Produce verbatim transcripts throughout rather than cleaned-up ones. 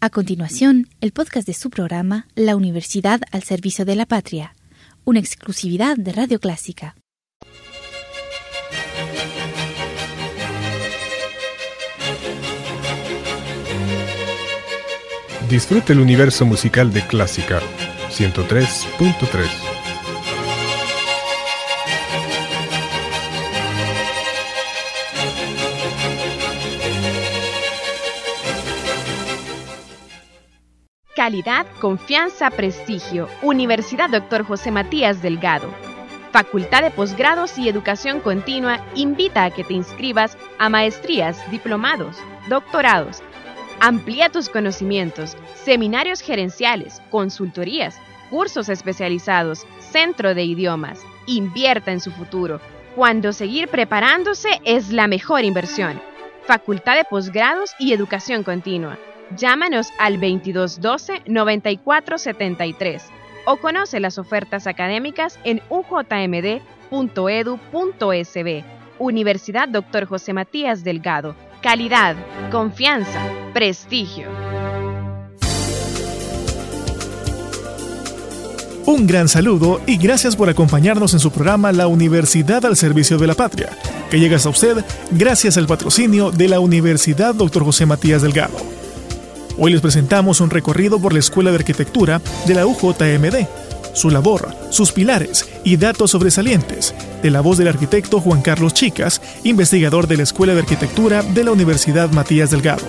A continuación, el podcast de su programa La Universidad al Servicio de la Patria, una exclusividad de Radio Clásica. Disfrute el universo musical de Clásica ciento tres punto tres. Calidad, confianza, prestigio. Universidad doctor José Matías Delgado. Facultad de Posgrados y Educación Continua invita a que te inscribas a maestrías, diplomados, doctorados. Amplía tus conocimientos, seminarios gerenciales, consultorías, cursos especializados, centro de idiomas. Invierta en su futuro, cuando seguir preparándose es la mejor inversión. Facultad de Posgrados y Educación Continua. Llámanos al veintidós doce noventa y cuatro setenta y tres o conoce las ofertas académicas en u j m d punto e d u punto s b. Universidad doctor José Matías Delgado. Calidad, confianza, prestigio. Un gran saludo y gracias por acompañarnos en su programa La Universidad al Servicio de la Patria, que llega hasta usted gracias al patrocinio de la Universidad doctor José Matías Delgado. Hoy les presentamos un recorrido por la Escuela de Arquitectura de la U J M D, su labor, sus pilares y datos sobresalientes, de la voz del arquitecto Juan Carlos Chicas, investigador de la Escuela de Arquitectura de la Universidad Matías Delgado.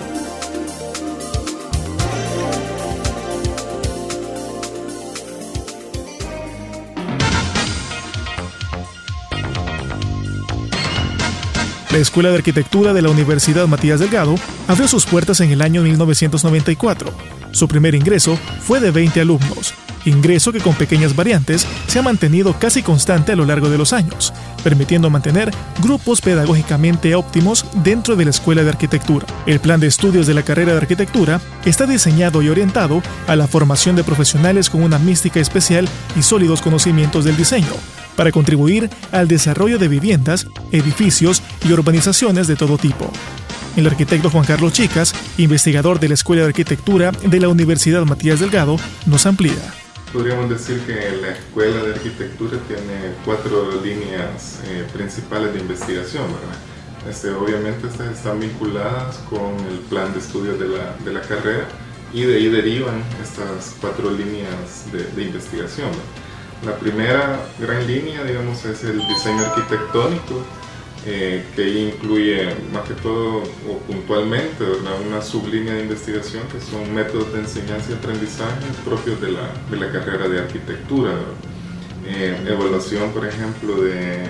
La Escuela de Arquitectura de la Universidad Matías Delgado abrió sus puertas en el año mil novecientos noventa y cuatro. Su primer ingreso fue de veinte alumnos, ingreso que con pequeñas variantes se ha mantenido casi constante a lo largo de los años, permitiendo mantener grupos pedagógicamente óptimos dentro de la Escuela de Arquitectura. El plan de estudios de la carrera de Arquitectura está diseñado y orientado a la formación de profesionales con una mística especial y sólidos conocimientos del diseño, para contribuir al desarrollo de viviendas, edificios y urbanizaciones de todo tipo. El arquitecto Juan Carlos Chicas, investigador de la Escuela de Arquitectura de la Universidad Matías Delgado, nos amplía. Podríamos decir que la Escuela de Arquitectura tiene cuatro líneas eh, principales de investigación, ¿verdad? Este, obviamente estas están vinculadas con el plan de estudios de la, de la carrera y de ahí derivan estas cuatro líneas de, de investigación, ¿verdad? La primera gran línea, digamos, es el diseño arquitectónico, eh, que incluye más que todo o puntualmente, ¿verdad?, una sublínea de investigación que son métodos de enseñanza y aprendizaje propios de la, de la carrera de arquitectura, eh, evaluación, por ejemplo, de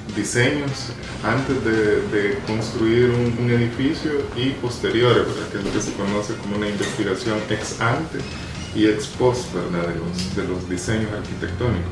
diseños antes de, de construir un, un edificio y posteriores, ¿verdad?, que es lo que se conoce como una investigación ex ante y ex post, ¿verdad?, de los, de los diseños arquitectónicos.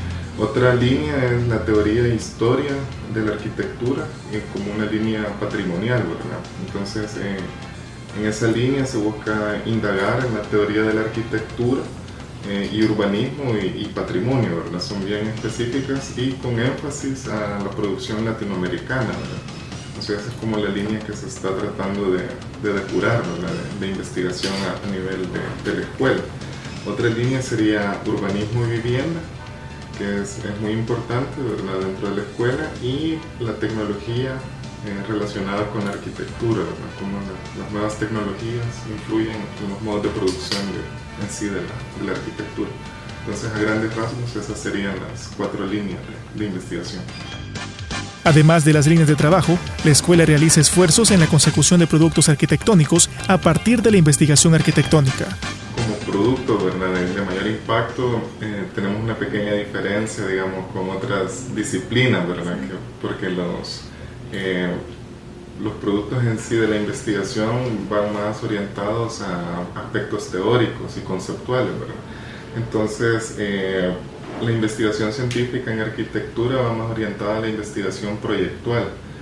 Otra línea es la teoría e historia de la arquitectura, eh, como una línea patrimonial, ¿verdad? Entonces, eh, en esa línea se busca indagar en la teoría de la arquitectura eh, y urbanismo y, y patrimonio, ¿verdad? Son bien específicas y con énfasis a la producción latinoamericana, ¿verdad? O sea, esa es como la línea que se está tratando de, de depurar, ¿verdad?, de, de investigación a, a nivel de, de la escuela. Otra línea sería urbanismo y vivienda, que es, es muy importante, ¿verdad?, dentro de la escuela, y la tecnología eh, relacionada con la arquitectura, ¿verdad?, cómo la, las nuevas tecnologías influyen en los modos de producción de, en sí de la, de la arquitectura. Entonces, a grandes rasgos, esas serían las cuatro líneas de, de investigación. Además de las líneas de trabajo, la escuela realiza esfuerzos en la consecución de productos arquitectónicos a partir de la investigación arquitectónica. Como producto, ¿verdad?, de, de mayor impacto, eh, tenemos una pequeña diferencia, digamos, con otras disciplinas, ¿verdad?, que, porque los, eh, los productos en sí de la investigación van más orientados a aspectos teóricos y conceptuales, ¿verdad? Entonces, eh, la investigación científica en arquitectura va más orientada a la investigación proyectual.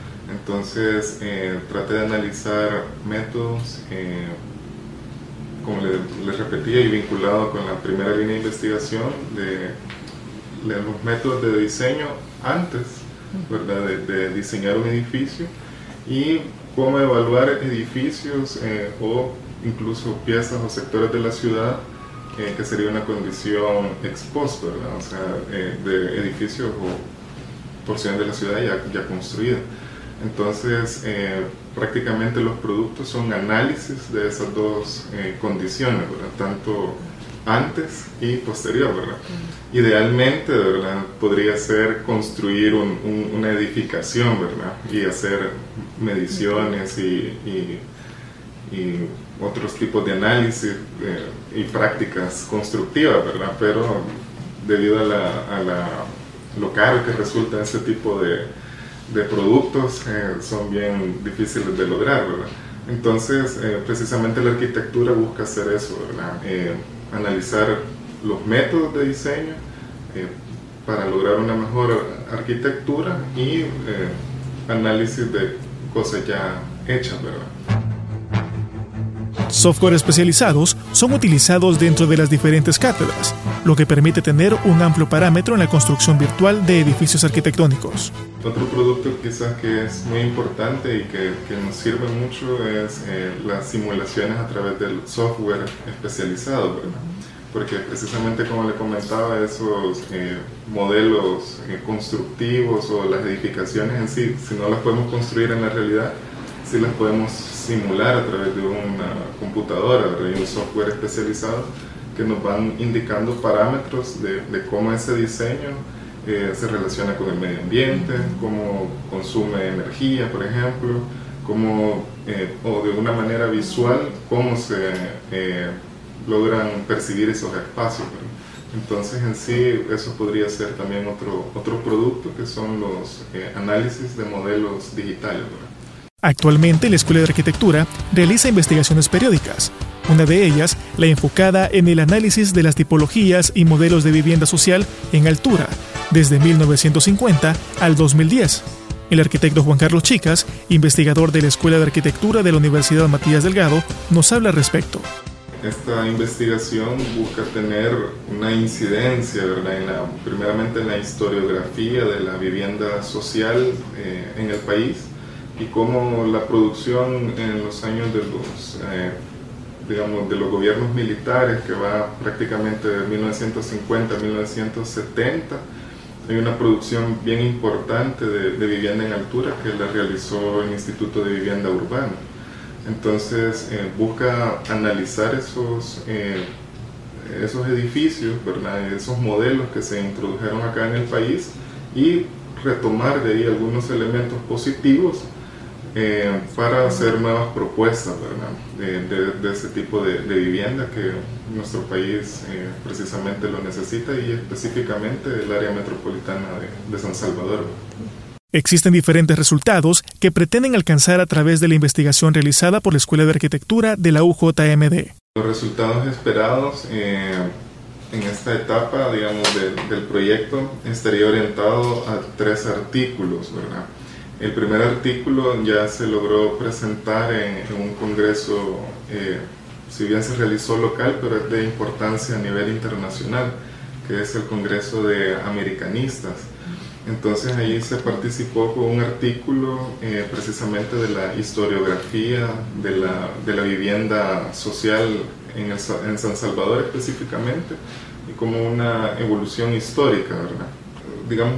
Entonces, eh, trata de analizar métodos, eh, como les, les repetía, y vinculado con la primera línea de investigación, de, de los métodos de diseño antes, ¿verdad?, de, de diseñar un edificio, y cómo evaluar edificios eh, o incluso piezas o sectores de la ciudad eh, que sería una condición ex post, ¿verdad? O sea, eh, de edificios o porciones de la ciudad ya, ya construidas. Entonces, eh, prácticamente los productos son análisis de esas dos eh, condiciones, ¿verdad? Tanto antes y posterior, ¿verdad? Mm. Idealmente, ¿verdad? Podría ser construir un, un, una edificación, ¿verdad? Y hacer mediciones y, y, y otros tipos de análisis eh, y prácticas constructivas, ¿verdad? Pero debido a, la, a la, lo caro que resulta este tipo de, de productos, eh, son bien difíciles de lograr, ¿verdad? Entonces, eh, precisamente la arquitectura busca hacer eso, ¿verdad? Eh, analizar los métodos de diseño eh, para lograr una mejor arquitectura y eh, análisis de cosas ya hechas, ¿verdad? Software especializados son utilizados dentro de las diferentes cátedras, lo que permite tener un amplio parámetro en la construcción virtual de edificios arquitectónicos. Otro producto quizás que es muy importante y que, que nos sirve mucho es eh, las simulaciones a través del software especializado, ¿verdad? Porque precisamente como le comentaba, esos eh, modelos eh, constructivos o las edificaciones en sí, si no las podemos construir en la realidad, sí las podemos simular a través de una computadora, ¿verdad? Y un software especializado que nos van indicando parámetros de, de cómo ese diseño eh, se relaciona con el medio ambiente, cómo consume energía, por ejemplo, cómo, eh, o de una manera visual, cómo se eh, logran percibir esos espacios, ¿verdad? Entonces, en sí, eso podría ser también otro, otro producto que son los eh, análisis de modelos digitales, ¿verdad? Actualmente, la Escuela de Arquitectura realiza investigaciones periódicas. Una de ellas, la enfocada en el análisis de las tipologías y modelos de vivienda social en altura, desde mil novecientos cincuenta al dos mil diez. El arquitecto Juan Carlos Chicas, investigador de la Escuela de Arquitectura de la Universidad Matías Delgado, nos habla al respecto. Esta investigación busca tener una incidencia, ¿verdad? En la, primeramente en la historiografía de la vivienda social eh, en el país, y cómo la producción en los años de los, eh, digamos, de los gobiernos militares, que va prácticamente de mil novecientos cincuenta a mil novecientos setenta, hay una producción bien importante de, de vivienda en altura que la realizó el Instituto de Vivienda Urbana. Entonces eh, busca analizar esos, eh, esos edificios, ¿verdad? Esos modelos que se introdujeron acá en el país y retomar de ahí algunos elementos positivos Eh, para hacer nuevas propuestas, ¿verdad? De, de, de ese tipo de, de vivienda que nuestro país eh, precisamente lo necesita, y específicamente el área metropolitana de, de San Salvador. Existen diferentes resultados que pretenden alcanzar a través de la investigación realizada por la Escuela de Arquitectura de la U J M D. Los resultados esperados eh, en esta etapa, digamos, de, del proyecto estaría orientado a tres artículos, ¿verdad? El primer artículo ya se logró presentar en, en un congreso, eh, si bien se realizó local, pero es de importancia a nivel internacional, que es el Congreso de Americanistas. Entonces ahí se participó con un artículo eh, precisamente de la historiografía de la, de la vivienda social en, el, en San Salvador específicamente, y como una evolución histórica, ¿verdad? Digamos,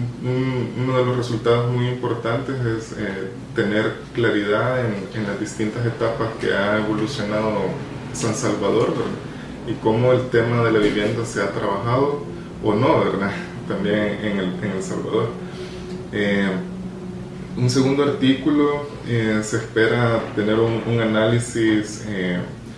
un, uno de los resultados muy importantes es eh, tener claridad en, en las distintas etapas que ha evolucionado San Salvador, ¿verdad? Y cómo el tema de la vivienda se ha trabajado o no, ¿verdad? También en El, en el Salvador. Eh, un segundo artículo eh, se espera tener un, un análisis eh,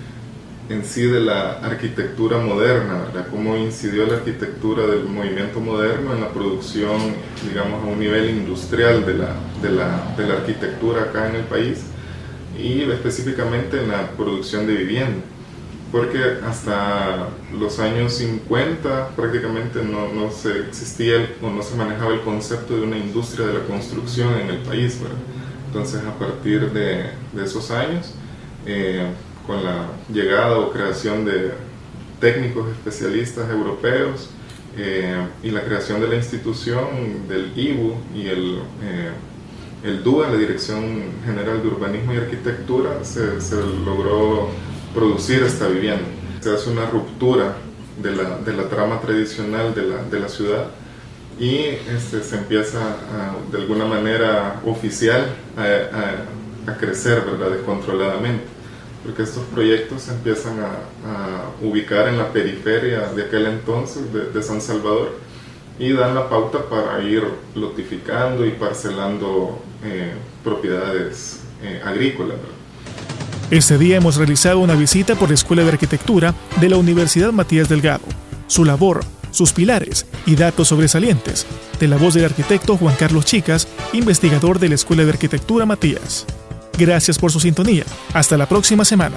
en sí de la arquitectura moderna, ¿verdad? Cómo incidió la arquitectura del movimiento moderno en la producción, digamos, a un nivel industrial de la, de la, de la arquitectura acá en el país, y específicamente en la producción de vivienda, porque hasta los años cincuenta prácticamente no, no se existía el, o no se manejaba el concepto de una industria de la construcción en el país, ¿verdad? Entonces, a partir de, de esos años, eh, con la llegada o creación de técnicos especialistas europeos eh, y la creación de la institución del I B U y el, eh, el D U A, la Dirección General de Urbanismo y Arquitectura, se, se logró producir esta vivienda. Se hace una ruptura de la, de la trama tradicional de la, de la ciudad y este, se empieza a, de alguna manera oficial a, a, a crecer, ¿verdad?, descontroladamente, porque estos proyectos se empiezan a, a ubicar en la periferia de aquel entonces de, de San Salvador y dan la pauta para ir lotificando y parcelando eh, propiedades eh, agrícolas, ¿verdad? Este día hemos realizado una visita por la Escuela de Arquitectura de la Universidad Matías Delgado, su labor, sus pilares y datos sobresalientes, de la voz del arquitecto Juan Carlos Chicas, investigador de la Escuela de Arquitectura Matías. Gracias por su sintonía. Hasta la próxima semana.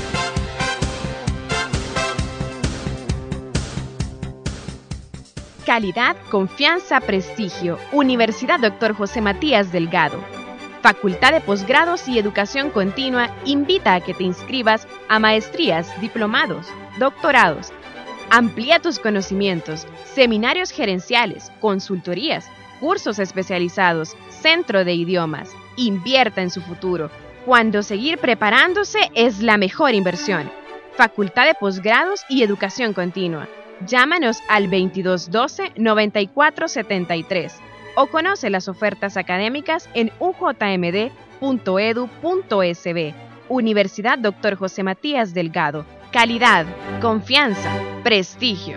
Calidad, confianza, prestigio. Universidad doctor José Matías Delgado. Facultad de Posgrados y Educación Continua invita a que te inscribas a maestrías, diplomados, doctorados. Amplía tus conocimientos, seminarios gerenciales, consultorías, cursos especializados, centro de idiomas. Invierta en su futuro, cuando seguir preparándose es la mejor inversión. Facultad de Posgrados y Educación Continua. Llámanos al veintidós doce, noventa y cuatro setenta y tres. O conoce las ofertas académicas en u j m d punto e d u punto s b. Universidad doctor José Matías Delgado. Calidad, confianza, prestigio.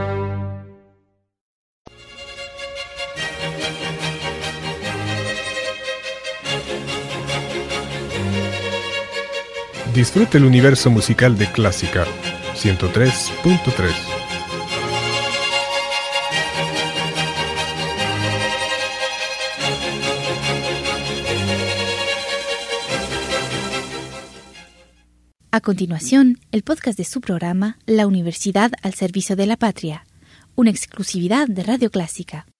Disfrute el universo musical de Clásica ciento tres punto tres. A continuación, el podcast de su programa La Universidad al Servicio de la Patria, una exclusividad de Radio Clásica.